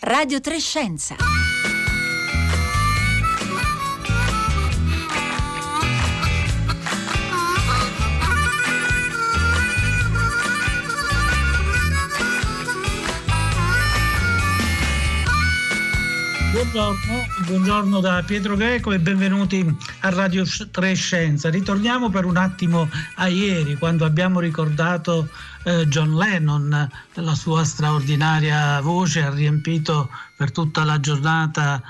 Radio 3 Scienza. Buongiorno da Pietro Greco e benvenuti a Radio 3 Scienza. Ritorniamo per un attimo a ieri, quando abbiamo ricordato John Lennon. La sua straordinaria voce ha riempito per tutta la giornata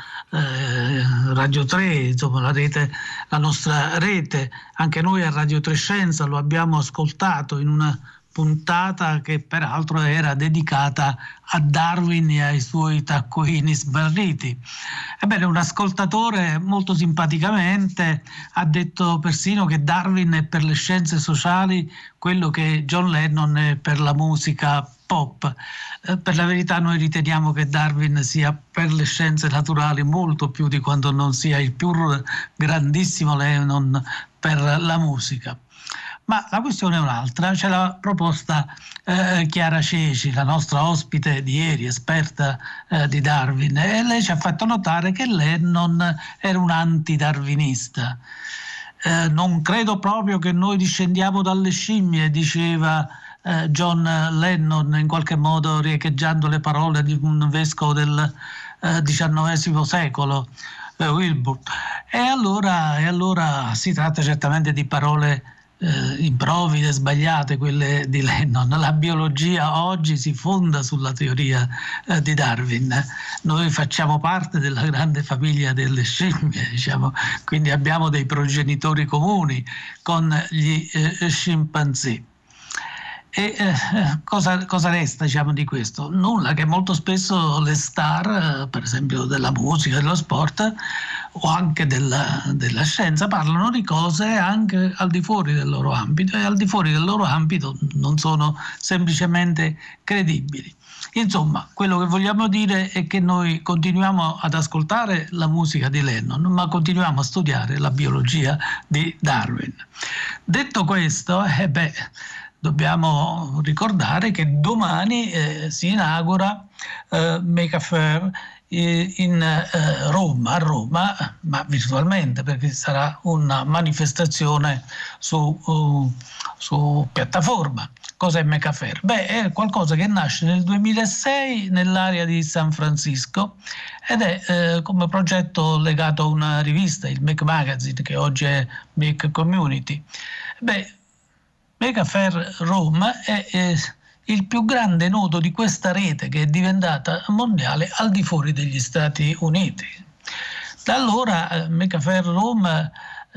Radio 3, insomma la nostra rete. Anche noi a Radio 3 Scienza lo abbiamo ascoltato in una puntata che peraltro era dedicata a Darwin e ai suoi taccuini sbarriti. Ebbene, un ascoltatore molto simpaticamente ha detto persino che Darwin è per le scienze sociali quello che John Lennon è per la musica pop. Per la verità noi riteniamo che Darwin sia per le scienze naturali molto più di quanto non sia il più grandissimo Lennon per la musica. Ma la questione è un'altra. Ce l'ha proposta Chiara Ceci, la nostra ospite di ieri, esperta di Darwin, e lei ci ha fatto notare che Lennon era un antidarwinista. Non credo proprio che noi discendiamo dalle scimmie, diceva John Lennon, in qualche modo riecheggiando le parole di un vescovo del XIX secolo, Wilbur. E allora si tratta certamente di parole improvvide, sbagliate, quelle di Lennon. La biologia oggi si fonda sulla teoria di Darwin. Noi facciamo parte della grande famiglia delle scimmie, diciamo, quindi abbiamo dei progenitori comuni con gli scimpanzé. E cosa resta, diciamo, di questo? Nulla, che molto spesso le star, per esempio della musica, dello sport o anche della scienza, parlano di cose anche al di fuori del loro ambito, e al di fuori del loro ambito non sono semplicemente credibili. Insomma, quello che vogliamo dire è che noi continuiamo ad ascoltare la musica di Lennon, ma continuiamo a studiare la biologia di Darwin. Detto questo, dobbiamo ricordare che domani si inaugura Make Fair a Roma, ma virtualmente, perché sarà una manifestazione su piattaforma. Cos'è Make Fair? È qualcosa che nasce nel 2006 nell'area di San Francisco ed è come progetto legato a una rivista, il Make Magazine, che oggi è Make Community. Make Fair Rome è il più grande nodo di questa rete, che è diventata mondiale al di fuori degli Stati Uniti. Da allora Make Fair Rome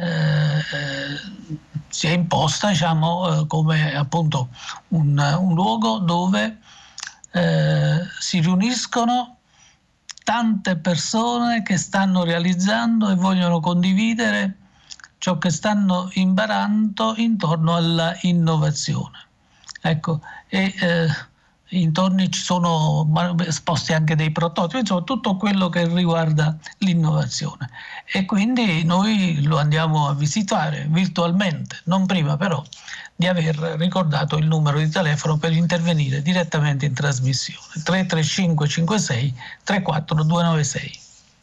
si è imposta, diciamo, come appunto un luogo dove si riuniscono tante persone che stanno realizzando e vogliono condividere ciò che stanno imparando intorno alla innovazione. Ecco, e intorno ci sono esposti anche dei prototipi, insomma tutto quello che riguarda l'innovazione. E quindi noi lo andiamo a visitare virtualmente, non prima però di aver ricordato il numero di telefono per intervenire direttamente in trasmissione: 335 56 34 296.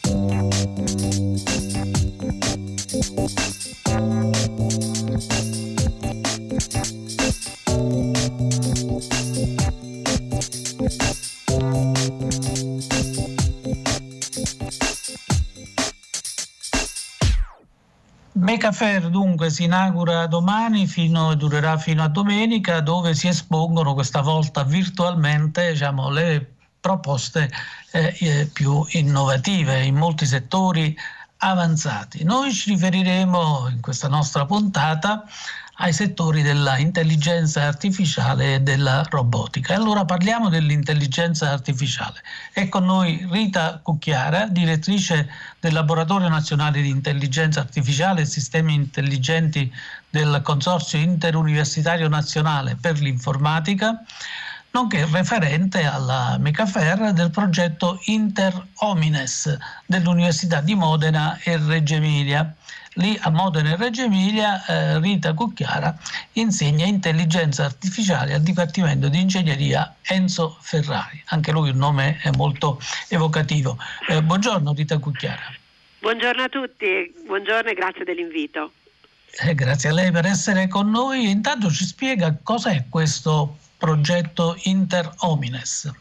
Make Fair dunque si inaugura domani e durerà fino a domenica, dove si espongono questa volta virtualmente, diciamo, le proposte più innovative in molti settori avanzati. Noi ci riferiremo in questa nostra puntata ai settori della intelligenza artificiale e della robotica. E allora parliamo dell'intelligenza artificiale. È con noi Rita Cucchiara, direttrice del Laboratorio Nazionale di Intelligenza Artificiale e Sistemi Intelligenti del Consorzio Interuniversitario Nazionale per l'Informatica, nonché referente alla Make Fair del progetto Inter Homines dell'Università di Modena e Reggio Emilia. lì a Modena e Reggio Emilia Rita Cucchiara insegna intelligenza artificiale al Dipartimento di Ingegneria Enzo Ferrari. Anche lui un nome molto evocativo. Buongiorno Rita Cucchiara. Buongiorno a tutti, buongiorno e grazie dell'invito. Grazie a lei per essere con noi. Intanto ci spiega cos'è questo progetto Inter Homines.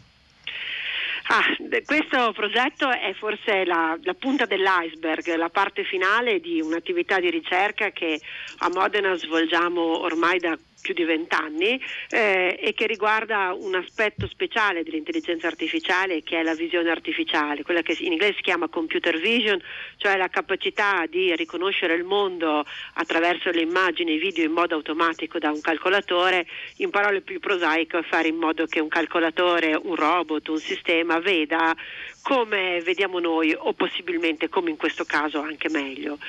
Questo progetto è forse la punta dell'iceberg, la parte finale di un'attività di ricerca che a Modena svolgiamo ormai da più di 20 anni e che riguarda un aspetto speciale dell'intelligenza artificiale, che è la visione artificiale, quella che in inglese si chiama computer vision, cioè la capacità di riconoscere il mondo attraverso le immagini e i video in modo automatico da un calcolatore. In parole più prosaiche, fare in modo che un calcolatore, un robot, un sistema veda come vediamo noi, o possibilmente come in questo caso anche meglio.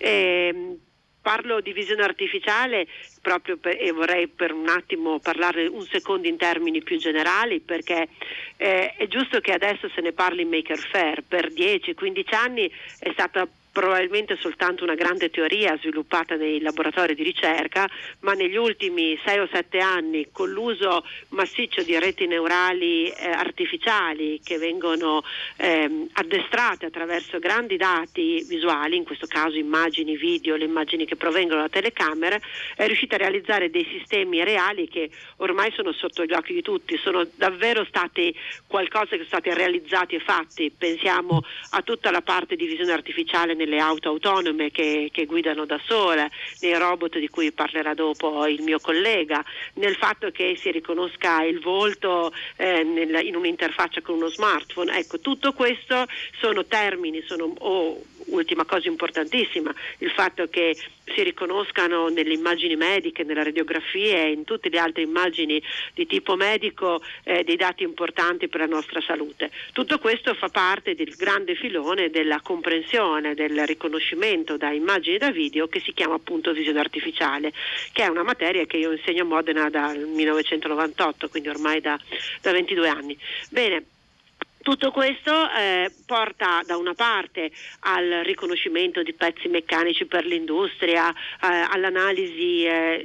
Parlo di visione artificiale proprio e vorrei per un attimo parlare un secondo in termini più generali, perché è giusto che adesso se ne parli in Maker Faire. Per 10-15 anni è stata probabilmente soltanto una grande teoria sviluppata nei laboratori di ricerca, ma negli ultimi 6 o 7 anni, con l'uso massiccio di reti neurali artificiali che vengono addestrate attraverso grandi dati visuali, in questo caso immagini, video, le immagini che provengono da telecamere, è riuscita a realizzare dei sistemi reali che ormai sono sotto gli occhi di tutti, sono davvero stati qualcosa che sono stati realizzati e fatti. Pensiamo a tutta la parte di visione artificiale nelle auto autonome che guidano da sole, nei robot di cui parlerà dopo il mio collega, nel fatto che si riconosca il volto in un'interfaccia con uno smartphone. Ecco, tutto questo sono termini, ultima cosa importantissima, il fatto che si riconoscano nelle immagini mediche, nella radiografia e in tutte le altre immagini di tipo medico dei dati importanti per la nostra salute. Tutto questo fa parte del grande filone della comprensione, del riconoscimento da immagini e da video, che si chiama appunto visione artificiale, che è una materia che io insegno a Modena dal 1998, quindi ormai da 22 anni. Bene. Tutto questo porta da una parte al riconoscimento di pezzi meccanici per l'industria, all'analisi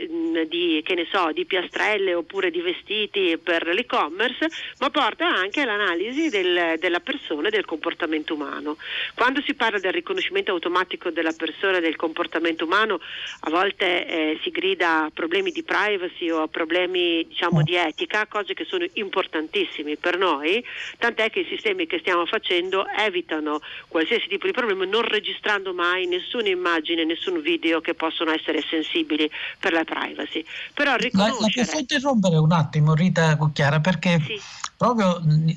di piastrelle oppure di vestiti per l'e-commerce, ma porta anche all'analisi della persona e del comportamento umano. Quando si parla del riconoscimento automatico della persona e del comportamento umano, a volte si grida a problemi di privacy o a problemi di etica, cose che sono importantissimi per noi, tant'è che i sistemi che stiamo facendo evitano qualsiasi tipo di problema, non registrando mai nessuna immagine, nessun video che possono essere sensibili per la privacy. Però riconoscere... La posso interrompere un attimo, Rita Cucchiara, perché sì, proprio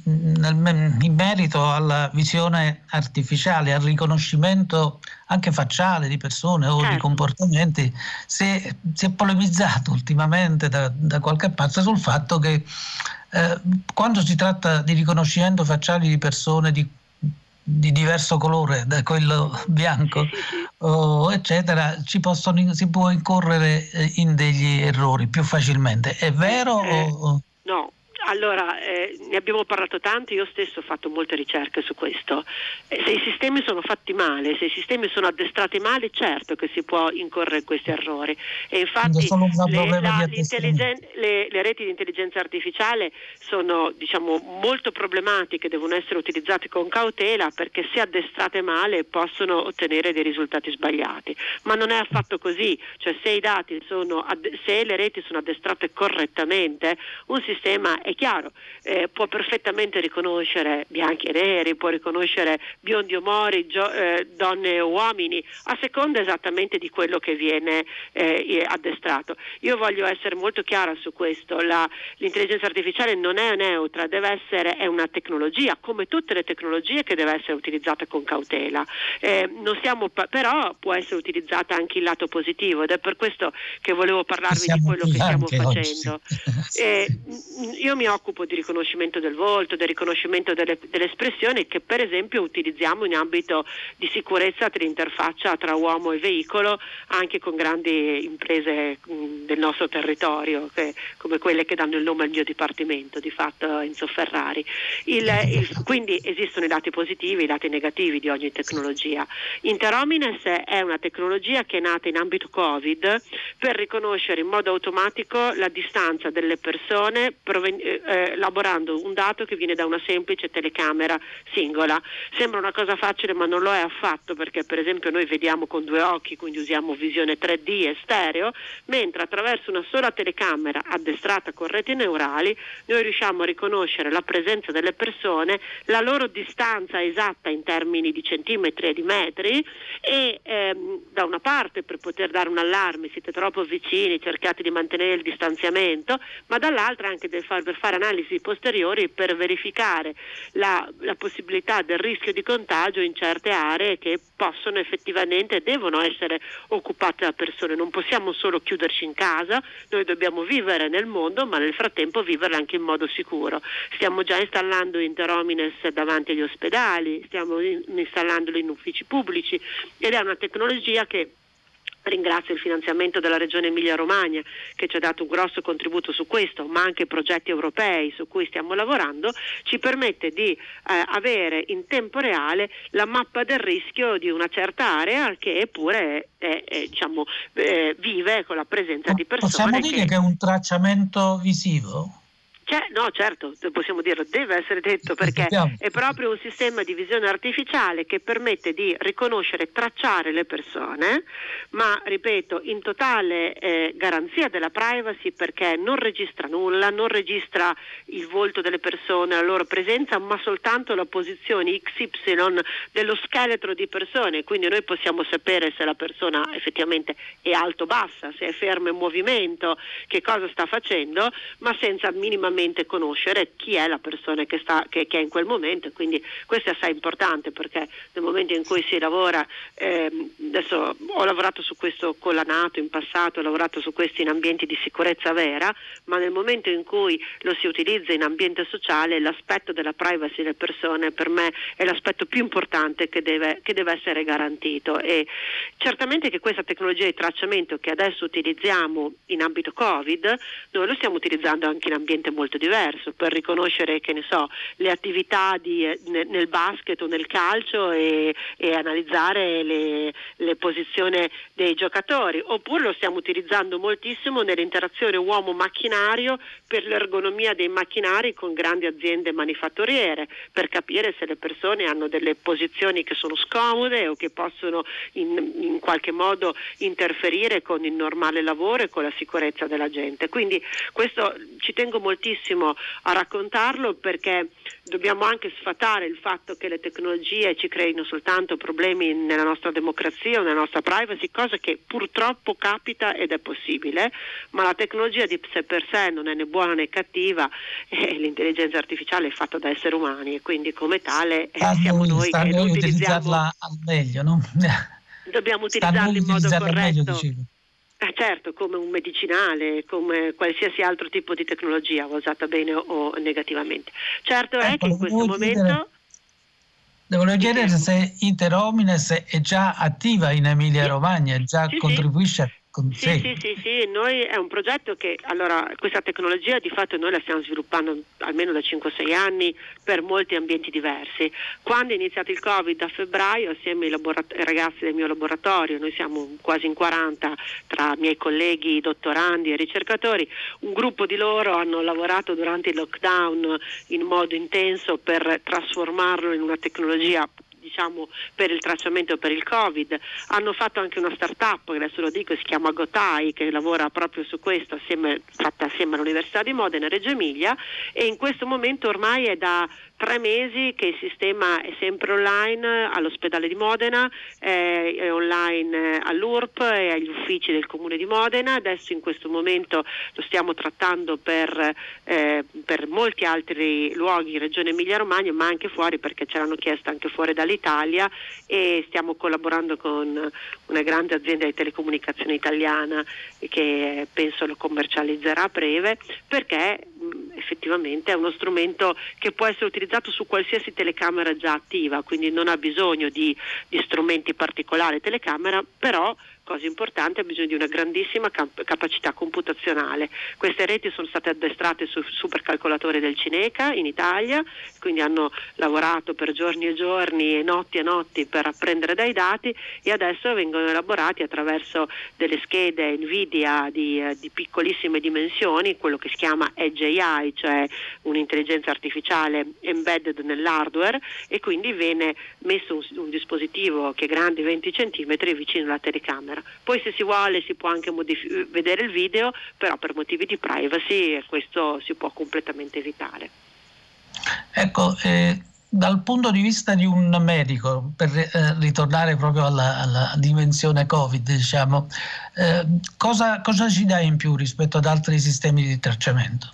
in merito alla visione artificiale, al riconoscimento anche facciale di persone o di comportamenti, si è polemizzato ultimamente da qualche parte sul fatto che quando si tratta di riconoscimento facciale di persone di diverso colore da quello bianco eccetera, si può incorrere in degli errori più facilmente. È vero? No. Allora, ne abbiamo parlato tanto, io stesso ho fatto molte ricerche su questo. Se i sistemi sono fatti male, se i sistemi sono addestrati male, certo che si può incorrere in questi errori. E infatti le reti di intelligenza artificiale sono molto problematiche, devono essere utilizzate con cautela, perché se addestrate male possono ottenere dei risultati sbagliati. Ma non è affatto così, cioè se le reti sono addestrate correttamente, un sistema è chiaro, può perfettamente riconoscere bianchi e neri, può riconoscere biondi o mori, donne o uomini, a seconda esattamente di quello che viene addestrato. Io voglio essere molto chiara su questo: l'intelligenza artificiale non è neutra, è una tecnologia, come tutte le tecnologie, che deve essere utilizzata con cautela. Però può essere utilizzata anche il lato positivo, ed è per questo che volevo parlarvi di quello che stiamo facendo. Io mi occupo di riconoscimento del volto, del riconoscimento delle espressioni, che per esempio utilizziamo in ambito di sicurezza dell'interfaccia tra uomo e veicolo, anche con grandi imprese del nostro territorio, come quelle che danno il nome al mio dipartimento, di fatto Enzo Ferrari. Quindi esistono i lati positivi, i lati negativi di ogni tecnologia. Interhomines è una tecnologia che è nata in ambito Covid per riconoscere in modo automatico la distanza delle persone elaborando un dato che viene da una semplice telecamera singola. Sembra una cosa facile, ma non lo è affatto, perché per esempio noi vediamo con due occhi, quindi usiamo visione 3D e stereo, mentre attraverso una sola telecamera addestrata con reti neurali noi riusciamo a riconoscere la presenza delle persone, la loro distanza esatta in termini di centimetri e di metri, e da una parte per poter dare un allarme: siete troppo vicini, cercate di mantenere il distanziamento, ma dall'altra anche per fare analisi posteriori per verificare la possibilità del rischio di contagio in certe aree che possono effettivamente, devono essere occupate da persone. Non possiamo solo chiuderci in casa, noi dobbiamo vivere nel mondo, ma nel frattempo vivere anche in modo sicuro. Stiamo già installando Interhomines davanti agli ospedali, stiamo installandolo in uffici pubblici, ed è una tecnologia che, ringrazio il finanziamento della Regione Emilia-Romagna che ci ha dato un grosso contributo su questo, ma anche progetti europei su cui stiamo lavorando, ci permette di avere in tempo reale la mappa del rischio di una certa area che eppure vive con la presenza di persone. Possiamo dire che è un tracciamento visivo? No, certo, possiamo dirlo, deve essere detto, perché è proprio un sistema di visione artificiale che permette di riconoscere e tracciare le persone, ma ripeto, in totale garanzia della privacy, perché non registra nulla, non registra il volto delle persone, la loro presenza, ma soltanto la posizione XY dello scheletro di persone. Quindi noi possiamo sapere se la persona effettivamente è alto o bassa, se è ferma in movimento, che cosa sta facendo, ma senza minimamente conoscere chi è la persona che è in quel momento. Quindi questo è assai importante, perché nel momento in cui si lavora, adesso ho lavorato su questo con la NATO in passato, ho lavorato su questo in ambienti di sicurezza vera, ma nel momento in cui lo si utilizza in ambiente sociale, l'aspetto della privacy delle persone per me è l'aspetto più importante che deve essere garantito. E certamente che questa tecnologia di tracciamento che adesso utilizziamo in ambito Covid, noi lo stiamo utilizzando anche in ambiente molto diverso, per riconoscere, che ne so, le attività nel basket o nel calcio e analizzare le posizioni dei giocatori, oppure lo stiamo utilizzando moltissimo nell'interazione uomo-macchinario per l'ergonomia dei macchinari con grandi aziende manifatturiere, per capire se le persone hanno delle posizioni che sono scomode o che possono in qualche modo interferire con il normale lavoro e con la sicurezza della gente. Quindi questo ci tengo moltissimo a raccontarlo, perché dobbiamo anche sfatare il fatto che le tecnologie ci creino soltanto problemi nella nostra democrazia o nella nostra privacy, cosa che purtroppo capita ed è possibile, ma la tecnologia di sé per sé non è né buona né cattiva, e l'intelligenza artificiale è fatta da esseri umani, e quindi come tale siamo noi che lo utilizzarla al meglio, no? Dobbiamo utilizzarla in modo corretto. Certo, come un medicinale, come qualsiasi altro tipo di tecnologia, va usata bene o negativamente. Certo è che in questo momento... Devo chiedere se Interhomines è già attiva in Emilia-Romagna, già contribuisce... Sì, noi è un progetto che, allora, questa tecnologia di fatto noi la stiamo sviluppando almeno da 5-6 anni per molti ambienti diversi. Quando è iniziato il Covid a febbraio, assieme ai ragazzi del mio laboratorio, noi siamo quasi in 40 tra miei colleghi, dottorandi e ricercatori, un gruppo di loro hanno lavorato durante il lockdown in modo intenso per trasformarlo in una tecnologia, diciamo, per il tracciamento per il Covid. Hanno fatto anche una start-up, che adesso lo dico, si chiama Gotai, che lavora proprio su questo, fatta assieme all'Università di Modena e Reggio Emilia, e in questo momento ormai è da 3 mesi che il sistema è sempre online all'ospedale di Modena, è online all'URP e agli uffici del Comune di Modena. Adesso in questo momento lo stiamo trattando per molti altri luoghi in Regione Emilia-Romagna, ma anche fuori, perché ce l'hanno chiesto anche fuori dall'Italia, e stiamo collaborando con una grande azienda di telecomunicazione italiana che penso lo commercializzerà a breve, perché effettivamente è uno strumento che può essere utilizzato su qualsiasi telecamera già attiva, quindi non ha bisogno di strumenti particolari telecamera, però cosa importante, ha bisogno di una grandissima capacità computazionale. Queste reti sono state addestrate sui supercalcolatori del Cineca in Italia, quindi hanno lavorato per giorni e giorni e notti per apprendere dai dati, e adesso vengono elaborati attraverso delle schede Nvidia di piccolissime dimensioni, quello che si chiama Edge AI, cioè un'intelligenza artificiale embedded nell'hardware, e quindi viene messo un dispositivo che è grande 20 centimetri vicino alla telecamera. Poi se si vuole si può anche vedere il video, però per motivi di privacy questo si può completamente evitare. Ecco, dal punto di vista di un medico, per ritornare proprio alla dimensione Covid, diciamo, cosa ci dà in più rispetto ad altri sistemi di tracciamento?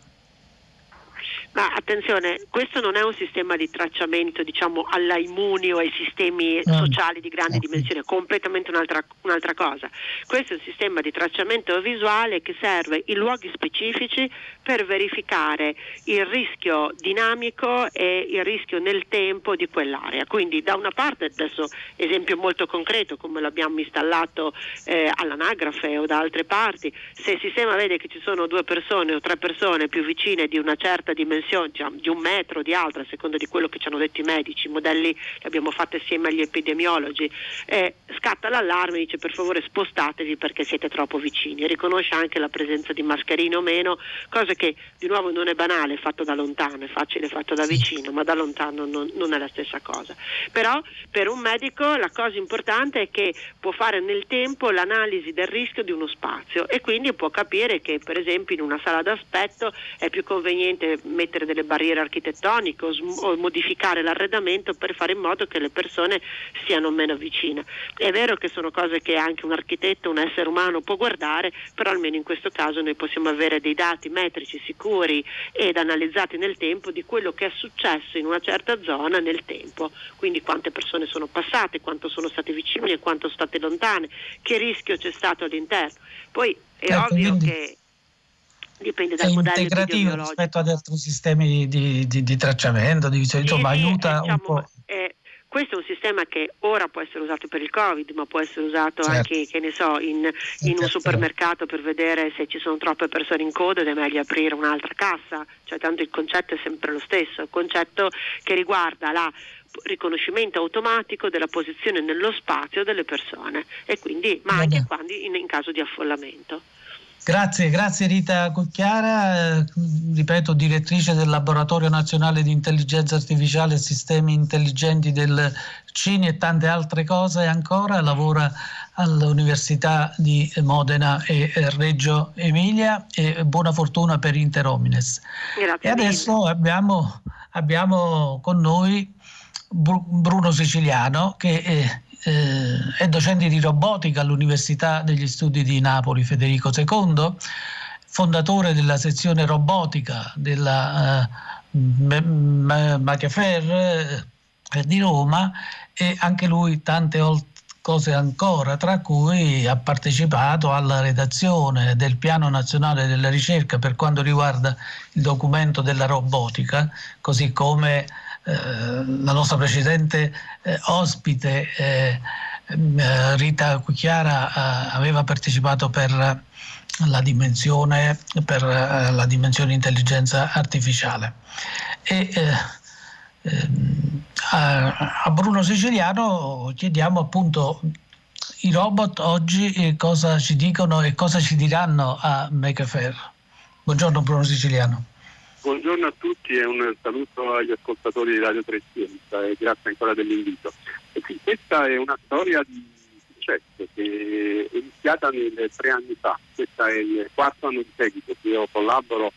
Ma attenzione, questo non è un sistema di tracciamento, diciamo, alla Immunio, ai sistemi sociali di grandi dimensioni, è completamente un'altra cosa. Questo è un sistema di tracciamento visuale che serve in luoghi specifici per verificare il rischio dinamico e il rischio nel tempo di quell'area. Quindi da una parte, adesso esempio molto concreto, come l'abbiamo installato all'anagrafe o da altre parti, se il sistema vede che ci sono 2 persone o 3 persone più vicine di una certa dimensione, diciamo, di 1 metro, di altra, a seconda di quello che ci hanno detto i medici, i modelli li abbiamo fatti assieme agli epidemiologi, scatta l'allarme e dice per favore spostatevi perché siete troppo vicini, e riconosce anche la presenza di mascherine o meno, cosa che di nuovo non è banale, è fatto da lontano, è facile fatto da vicino, ma da lontano non è la stessa cosa. Però per un medico la cosa importante è che può fare nel tempo l'analisi del rischio di uno spazio, e quindi può capire che per esempio in una sala d'aspetto è più conveniente mettere delle barriere architettoniche o modificare l'arredamento per fare in modo che le persone siano meno vicine. È vero che sono cose che anche un architetto, un essere umano può guardare, però almeno in questo caso noi possiamo avere dei dati metrici sicuri ed analizzati nel tempo di quello che è successo in una certa zona nel tempo, quindi quante persone sono passate, quanto sono state vicine e quanto sono state lontane, che rischio c'è stato all'interno. Poi è ovvio che dipende dal modello integrativo rispetto ad altri sistemi di tracciamento, di visione, insomma aiuta un po'. Questo è un sistema che ora può essere usato per il Covid, ma può essere usato anche, che ne so, in un supermercato per vedere se ci sono troppe persone in coda ed è meglio aprire un'altra cassa, cioè tanto il concetto è sempre lo stesso, il concetto che riguarda la riconoscimento automatico della posizione nello spazio delle persone, e quindi ma anche quando in caso di affollamento. Grazie Rita Cucchiara, ripeto, direttrice del Laboratorio Nazionale di Intelligenza Artificiale e Sistemi Intelligenti del CINI e tante altre cose ancora, lavora all'Università di Modena e Reggio Emilia, e buona fortuna per Inter Homines. Grazie. E adesso abbiamo con noi Bruno Siciliano, che è docente di robotica all'Università degli Studi di Napoli Federico II, fondatore della sezione robotica della Machiafer di Roma, e anche lui tante cose ancora, tra cui ha partecipato alla redazione del Piano Nazionale della Ricerca per quanto riguarda il documento della robotica, così come la nostra precedente ospite Rita Cucchiara aveva partecipato per la dimensione intelligenza artificiale. E a Bruno Siciliano chiediamo appunto i robot oggi cosa ci dicono e cosa ci diranno a Makerfair. Buongiorno Bruno Siciliano. Buongiorno a tutti e un saluto agli ascoltatori di Radio 3 Scienza e grazie ancora dell'invito. Sì, questa è una storia di successo che è iniziata 3 anni fa. Questo è il 4º anno di seguito che io collaboro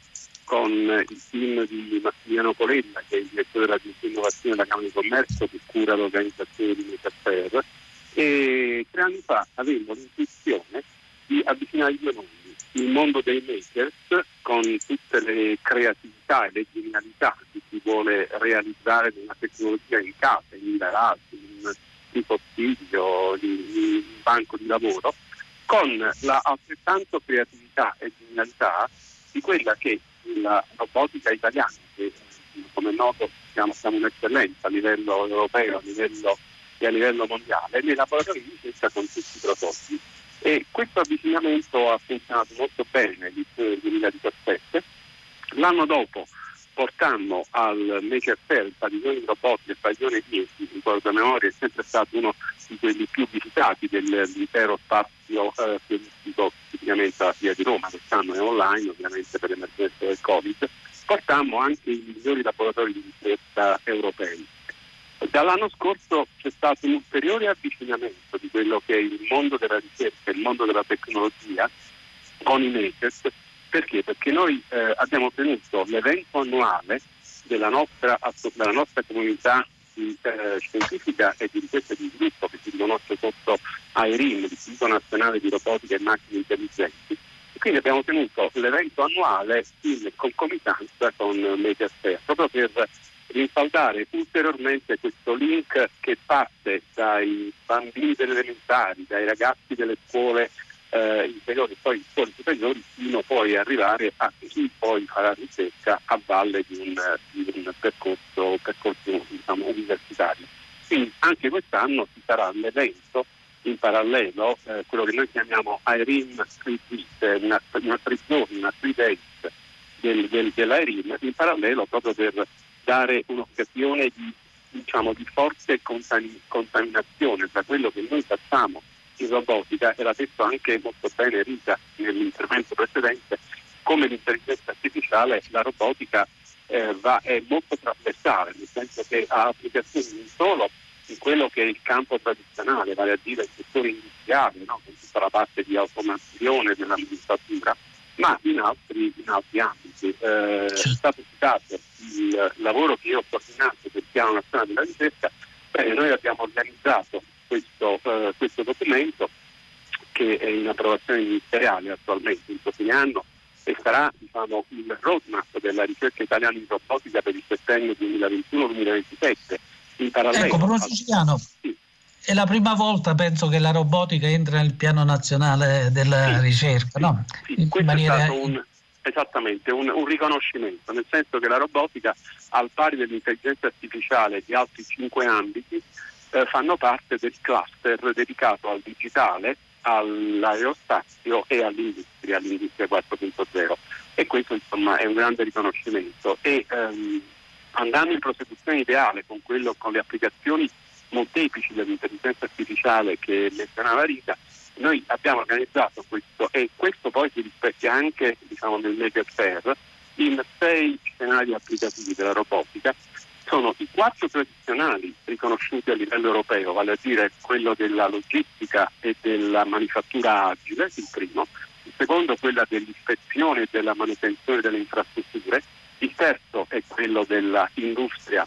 con il team di Massimiliano Polella, che è il direttore della innovazione della Camera di Commercio, che cura l'organizzazione di Maker Faire, e 3 anni fa avevamo l'intuizione di avvicinare i due mondi, il mondo dei makers con tutte le creatività e le genialità di chi vuole realizzare una tecnologia in casa, in garage, in portiglio, in banco di lavoro, con la altrettanto creatività e genialità di quella che la robotica italiana, che come è noto siamo un'eccellenza a livello europeo e a livello mondiale, nei laboratori di ricerca con tutti i prototipi. E questo avvicinamento ha funzionato molto bene nel 2017. L'anno dopo portammo al Maker Faire, il padiglione di robotica, il padiglione 10, ricordo a memoria, è sempre stato uno di quelli più visitati dell'intero spazio fieristico, tipicamente alla Fiera di Roma. Quest'anno è online, ovviamente per l'emergenza del Covid. Portammo anche i migliori laboratori di ricerca europei. Dall'anno scorso c'è stato un ulteriore avvicinamento di quello che è il mondo della ricerca, il mondo della tecnologia con i makers. Perché? Perché noi abbiamo tenuto l'evento annuale della nostra comunità scientifica e di ricerca e di sviluppo, che si riconosce sotto IRIM, l'Istituto Nazionale di Robotica e Macchine Intelligenti. E quindi abbiamo tenuto l'evento annuale in concomitanza con Maker Faire, proprio per rinsaldare ulteriormente questo link che parte dai bambini delle elementari, dai ragazzi delle scuole inferiori, poi scuole superiori, fino poi arrivare a chi poi farà ricerca a valle di un percorso diciamo, universitario. Quindi anche quest'anno ci sarà l'evento in parallelo, quello che noi chiamiamo IRIM 3D, una 3 days dell'IRIM, in parallelo proprio per dare un'occasione di forte contaminazione tra quello che noi facciamo in robotica, e l'ha detto anche molto bene Rita nell'intervento precedente, come l'intelligenza artificiale, la robotica è molto trasversale, nel senso che ha applicazioni non solo in quello che è il campo tradizionale, vale a dire il settore industriale, no? Con tutta la parte di automazione dell'amministratura, ma in altri ambiti. È stato citato il lavoro che io ho coordinato del Piano Nazionale della Ricerca. Noi abbiamo organizzato questo documento, che è in approvazione ministeriale attualmente in questo anno, e sarà il roadmap della ricerca italiana in robotica per il settennio 2021-2027. In parallelo. Ecco, professor Siciliano, sì. È la prima volta, penso, che la robotica entra nel piano nazionale della ricerca, no? Sì, questo è stato esattamente un riconoscimento, nel senso che la robotica, al pari dell'intelligenza artificiale e di altri 5 ambiti, fanno parte del cluster dedicato al digitale, all'aerospazio e all'industria 4.0, e questo insomma è un grande riconoscimento. E andando in prosecuzione ideale con le applicazioni molteplici dell'intelligenza artificiale che menzionava Rita, noi abbiamo organizzato questo, e questo poi si rispecchia anche nel Maker Faire, in 6 scenari applicativi della robotica. Sono i 4 tradizionali riconosciuti a livello europeo, vale a dire quello della logistica e della manifattura agile, il primo, il secondo quella dell'ispezione e della manutenzione delle infrastrutture, il terzo è quello dell'industria,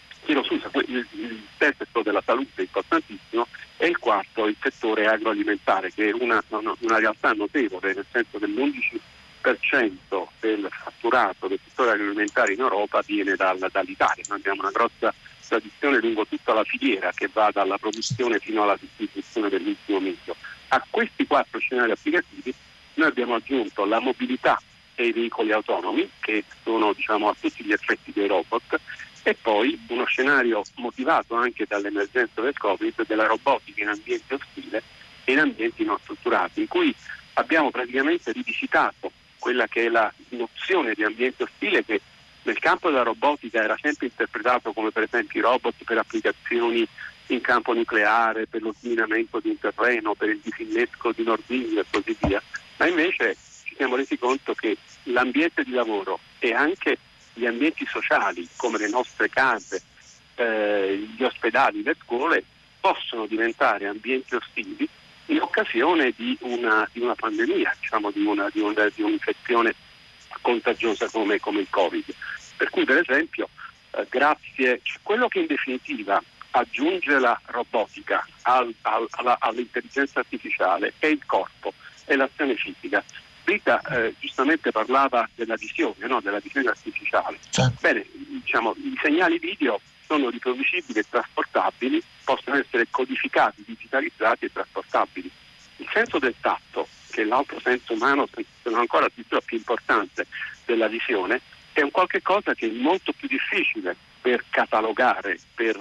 il terzo è quello della salute, importantissimo, e il quarto il settore agroalimentare, che è una realtà notevole, nel senso che l'11% del fatturato del settore agroalimentare in Europa viene dall'Italia. Noi abbiamo una grossa tradizione lungo tutta la filiera, che va dalla produzione fino alla distribuzione dell'ultimo miglio. A questi 4 scenari applicativi noi abbiamo aggiunto la mobilità e i veicoli autonomi, che sono a tutti gli effetti dei robot, e poi uno scenario motivato anche dall'emergenza del Covid della robotica in ambiente ostile e in ambienti non strutturati, in cui abbiamo praticamente rivisitato quella che è la nozione di ambiente ostile, che nel campo della robotica era sempre interpretato come per esempio i robot per applicazioni in campo nucleare, per lo sminamento di un terreno, per il disinnesco di un ordigno e così via, ma invece ci siamo resi conto che l'ambiente di lavoro e anche gli ambienti sociali, come le nostre case, gli ospedali, le scuole, possono diventare ambienti ostili in occasione di una pandemia, di un'infezione contagiosa come il Covid. Per cui, per esempio, grazie a quello che in definitiva aggiunge la robotica all'intelligenza artificiale è il corpo, è l'azione fisica. Rita giustamente parlava della visione, no? Della visione artificiale. Certo. Bene, diciamo, i segnali video sono riproducibili e trasportabili, possono essere codificati, digitalizzati e trasportabili. Il senso del tatto, che è l'altro senso umano, se non ancora addirittura più importante della visione, è un qualche cosa che è molto più difficile per catalogare, per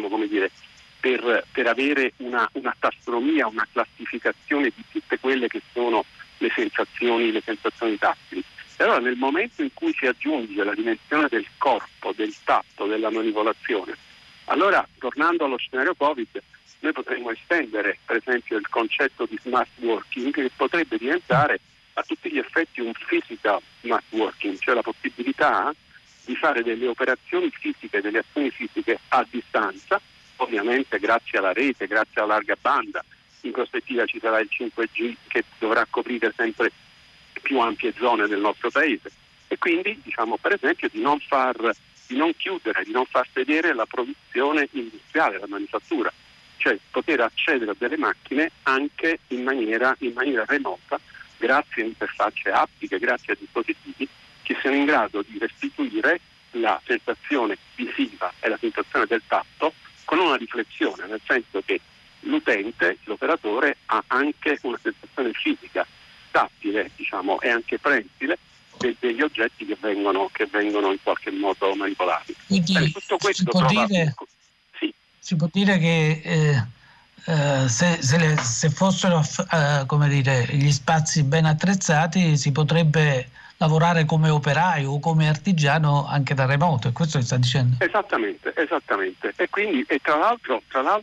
avere una tassonomia, una classificazione di tutte quelle che sono le sensazioni tattili. E allora nel momento in cui si aggiunge la dimensione del corpo, del tatto, della manipolazione, allora tornando allo scenario Covid, noi potremmo estendere per esempio il concetto di smart working, che potrebbe diventare a tutti gli effetti un physical smart working, cioè la possibilità di fare delle operazioni fisiche, delle azioni fisiche a distanza, ovviamente grazie alla rete, grazie alla larga banda. In prospettiva ci sarà il 5G che dovrà coprire sempre più ampie zone del nostro paese, e quindi per esempio di non chiudere, di non far sedere la produzione industriale, la manifattura, cioè poter accedere a delle macchine anche in maniera remota, grazie a interfacce aptiche, grazie a dispositivi che siano in grado di restituire la sensazione visiva e la sensazione del tatto con una riflessione, nel senso che l'utente, l'operatore, ha anche una sensazione fisica, tattile, e anche prensile degli oggetti che vengono in qualche modo manipolati. Quindi tutto questo si può dire che se fossero gli spazi ben attrezzati, si potrebbe lavorare come operaio o come artigiano anche da remoto, è questo che sta dicendo? Esattamente. E quindi tra l'altro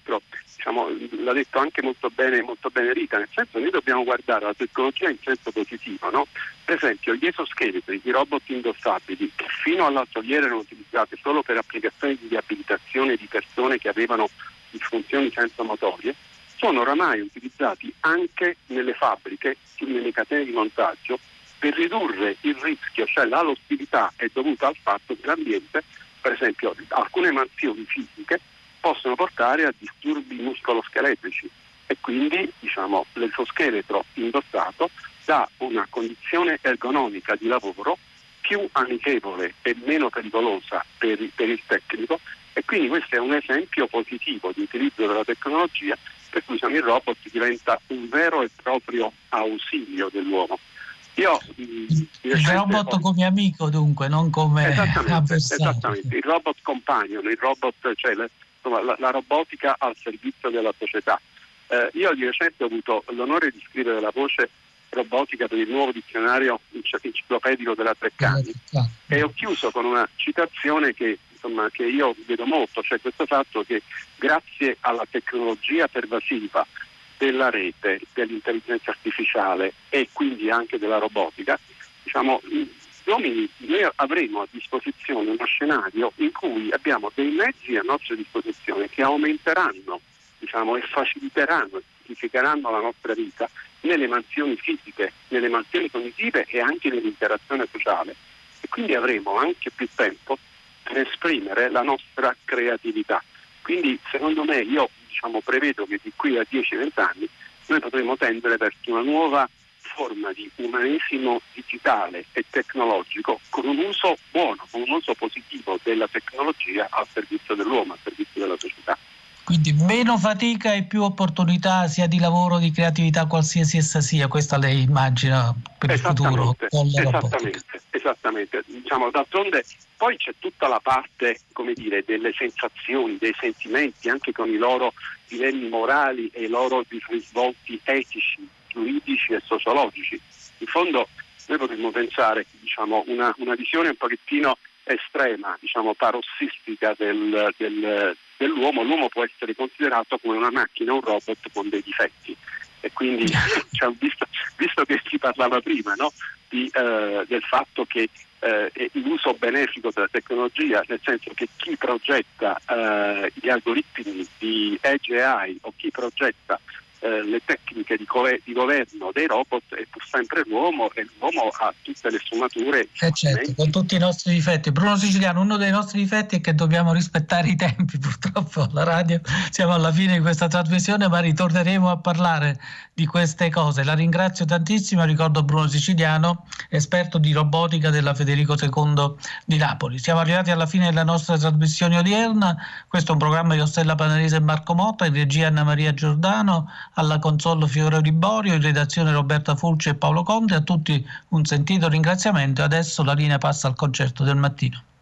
l'ha detto anche molto bene Rita, nel senso che noi dobbiamo guardare la tecnologia in senso positivo, no? Per esempio gli esoscheletri, i robot indossabili, che fino all'altro ieri erano utilizzati solo per applicazioni di riabilitazione di persone che avevano disfunzioni sensomotorie, sono oramai utilizzati anche nelle fabbriche, nelle catene di montaggio, per ridurre il rischio, cioè l'ostilità è dovuta al fatto che l'ambiente, per esempio alcune mansioni fisiche, possono portare a disturbi muscoloscheletrici, e quindi l'esoscheletro indossato dà una condizione ergonomica di lavoro più amichevole e meno pericolosa per il tecnico, e quindi questo è un esempio positivo di utilizzo della tecnologia, per cui il robot diventa un vero e proprio ausilio dell'uomo. Il robot come amico, dunque, non come avversario. Esattamente, il robot companion, il robot, cioè la robotica al servizio della società. Io di recente ho avuto l'onore di scrivere la voce robotica per il nuovo dizionario enciclopedico della Treccani, e ho chiuso con una citazione che io vedo molto, cioè questo fatto che grazie alla tecnologia pervasiva della rete, dell'intelligenza artificiale e quindi anche della robotica, noi avremo a disposizione uno scenario in cui abbiamo dei mezzi a nostra disposizione che aumenteranno, e faciliteranno, semplificheranno la nostra vita nelle mansioni fisiche, nelle mansioni cognitive e anche nell'interazione sociale, e quindi avremo anche più tempo per esprimere la nostra creatività. Quindi secondo me io prevedo che di qui a 10-20 anni noi potremo tendere verso una nuova forma di umanesimo digitale e tecnologico, con un uso buono, con un uso positivo della tecnologia al servizio dell'uomo, al servizio della società. Quindi meno fatica e più opportunità sia di lavoro, di creatività, qualsiasi essa sia. Questa lei immagina per il futuro con la robotica. Esattamente. D'altronde poi c'è tutta la parte, delle sensazioni, dei sentimenti, anche con i loro dilemmi morali e i loro risvolti etici, giuridici e sociologici. In fondo noi potremmo pensare una visione un pochettino estrema, parossistica dell'uomo. L'uomo può essere considerato come una macchina, un robot con dei difetti, e quindi visto che si parlava prima, no? Del fatto che l'uso benefico della tecnologia, nel senso che chi progetta gli algoritmi di Edge AI o chi progetta le tecniche di governo dei robot è pur sempre l'uomo, e l'uomo ha tutte le sfumature. Certo, con tutti i nostri difetti. Bruno Siciliano, uno dei nostri difetti è che dobbiamo rispettare i tempi, purtroppo alla radio siamo alla fine di questa trasmissione, ma ritorneremo a parlare di queste cose. La ringrazio tantissimo, ricordo Bruno Siciliano, esperto di robotica della Federico II di Napoli. Siamo arrivati alla fine della nostra trasmissione odierna, questo è un programma di Ostello Panarese e Marco Motta, in regia Anna Maria Giordano, alla console Fiore Liborio, in redazione Roberta Fulci e Paolo Conte. A tutti un sentito ringraziamento e adesso la linea passa al concerto del mattino.